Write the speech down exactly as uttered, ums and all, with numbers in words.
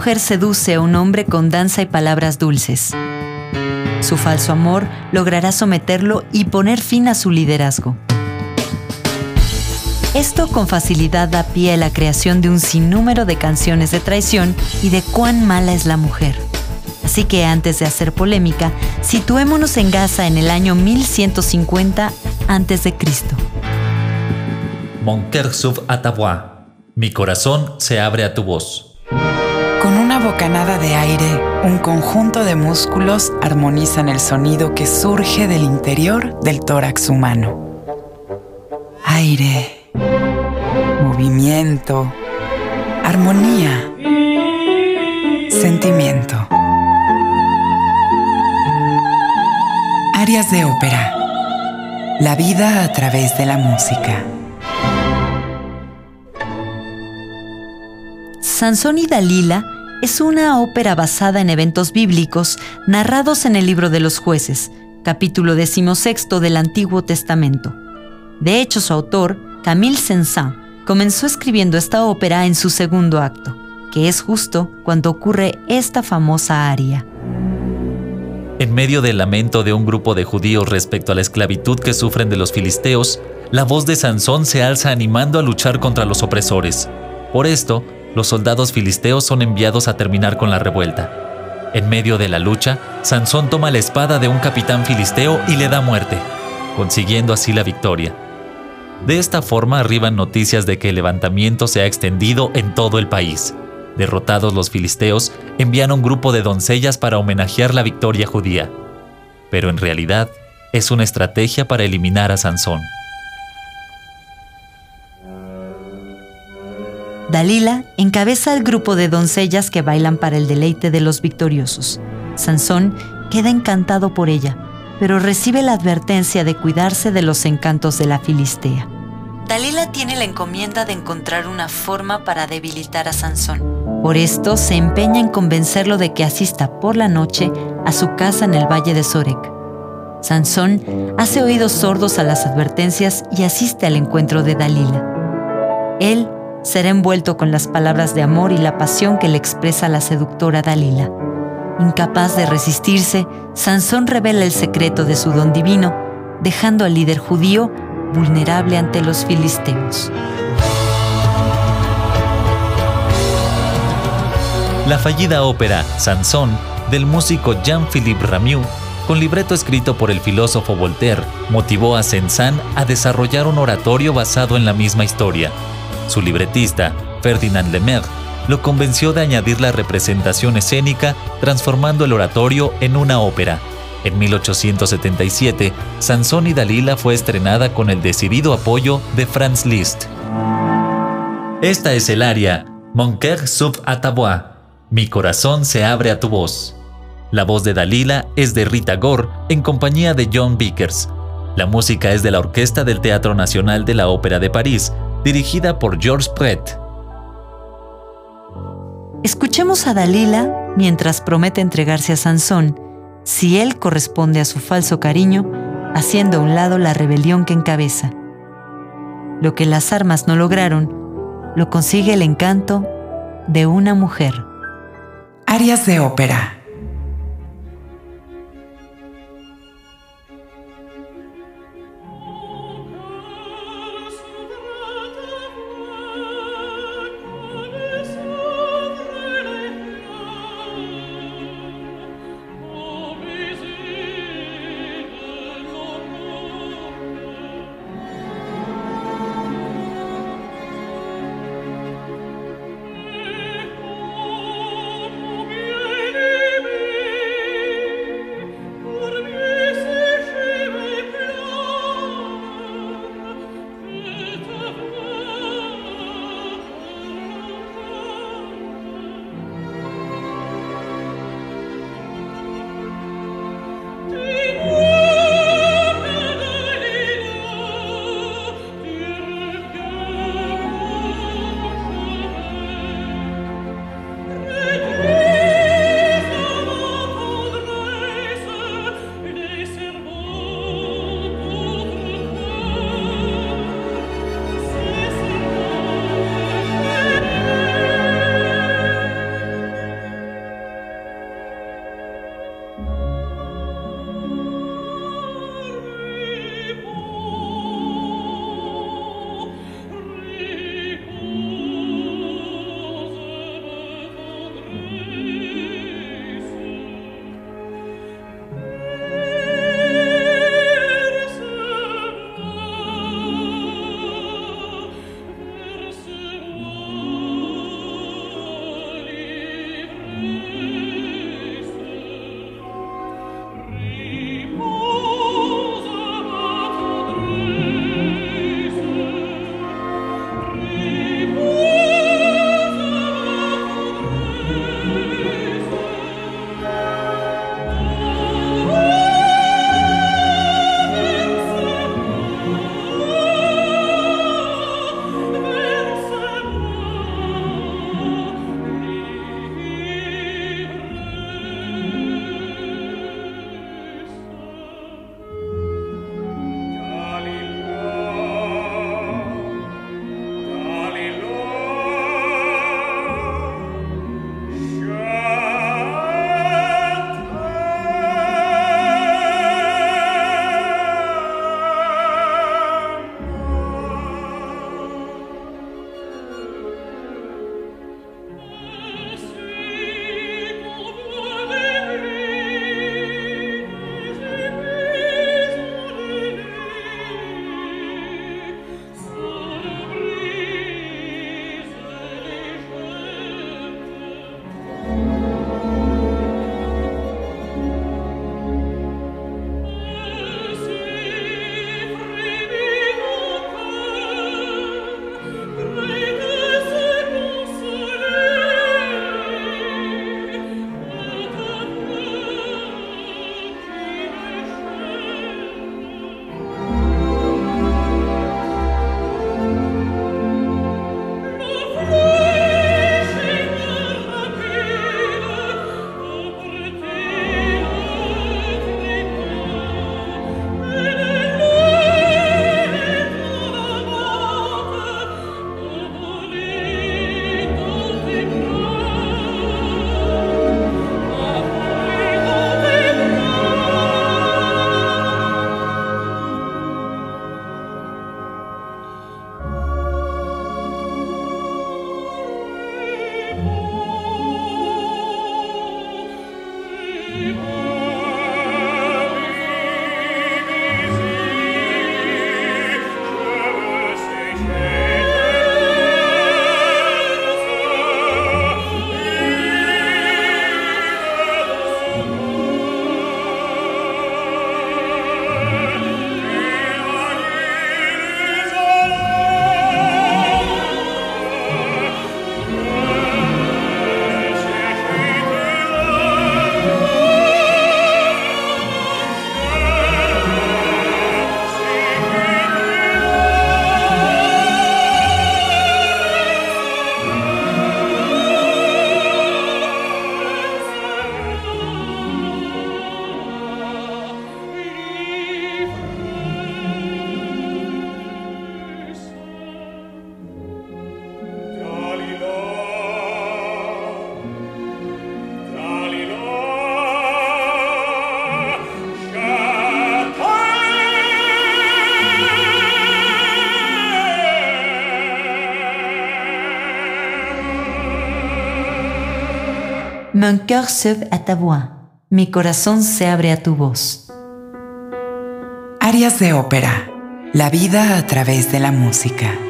mujer seduce a un hombre con danza y palabras dulces. Su falso amor logrará someterlo y poner fin a su liderazgo. Esto con facilidad da pie a la creación de un sinnúmero de canciones de traición y de cuán mala es la mujer. Así que antes de hacer polémica, situémonos en Gaza en el año mil ciento cincuenta antes de Cristo. Mon cœur s'ouvre à ta voix. Mi corazón se abre a tu voz. Con una bocanada de aire, un conjunto de músculos armonizan el sonido que surge del interior del tórax humano. Aire, movimiento, armonía, sentimiento. Arias de ópera. La vida a través de la música. Sansón y Dalila es una ópera basada en eventos bíblicos narrados en el libro de los Jueces, capítulo decimosexto del Antiguo Testamento. De hecho, su autor, Camille Saint-Saëns, comenzó escribiendo esta ópera en su segundo acto, que es justo cuando ocurre esta famosa aria. En medio del lamento de un grupo de judíos respecto a la esclavitud que sufren de los filisteos, la voz de Sansón se alza animando a luchar contra los opresores. Por esto, los soldados filisteos son enviados a terminar con la revuelta. En medio de la lucha, Sansón toma la espada de un capitán filisteo y le da muerte, consiguiendo así la victoria. De esta forma arriban noticias de que el levantamiento se ha extendido en todo el país. Derrotados los filisteos, envían un grupo de doncellas para homenajear la victoria judía. Pero en realidad, es una estrategia para eliminar a Sansón. Dalila encabeza al grupo de doncellas que bailan para el deleite de los victoriosos. Sansón queda encantado por ella, pero recibe la advertencia de cuidarse de los encantos de la filistea. Dalila tiene la encomienda de encontrar una forma para debilitar a Sansón. Por esto se empeña en convencerlo de que asista por la noche a su casa en el valle de Sorek. Sansón hace oídos sordos a las advertencias y asiste al encuentro de Dalila. Él será envuelto con las palabras de amor y la pasión que le expresa la seductora Dalila. Incapaz de resistirse, Sansón revela el secreto de su don divino, dejando al líder judío vulnerable ante los filisteos. La fallida ópera Sansón, del músico Jean-Philippe Rameau, con libreto escrito por el filósofo Voltaire, motivó a Saint-Saëns a desarrollar un oratorio basado en la misma historia. Su libretista, Ferdinand Lemaire, lo convenció de añadir la representación escénica, transformando el oratorio en una ópera. En mil ochocientos setenta y siete, Sansón y Dalila fue estrenada con el decidido apoyo de Franz Liszt. Esta es el aria Mon cœur s'ouvre à ta voix. Mi corazón se abre a tu voz. La voz de Dalila es de Rita Gore en compañía de John Vickers. La música es de la Orquesta del Teatro Nacional de la Ópera de París, dirigida por Georges Pret. Escuchemos a Dalila mientras promete entregarse a Sansón si él corresponde a su falso cariño, haciendo a un lado la rebelión que encabeza. Lo que las armas no lograron, lo consigue el encanto de una mujer. Arias de ópera. Mon cœur s'ouvre à ta voix. Mi corazón se abre a tu voz. Arias de ópera. La vida a través de la música.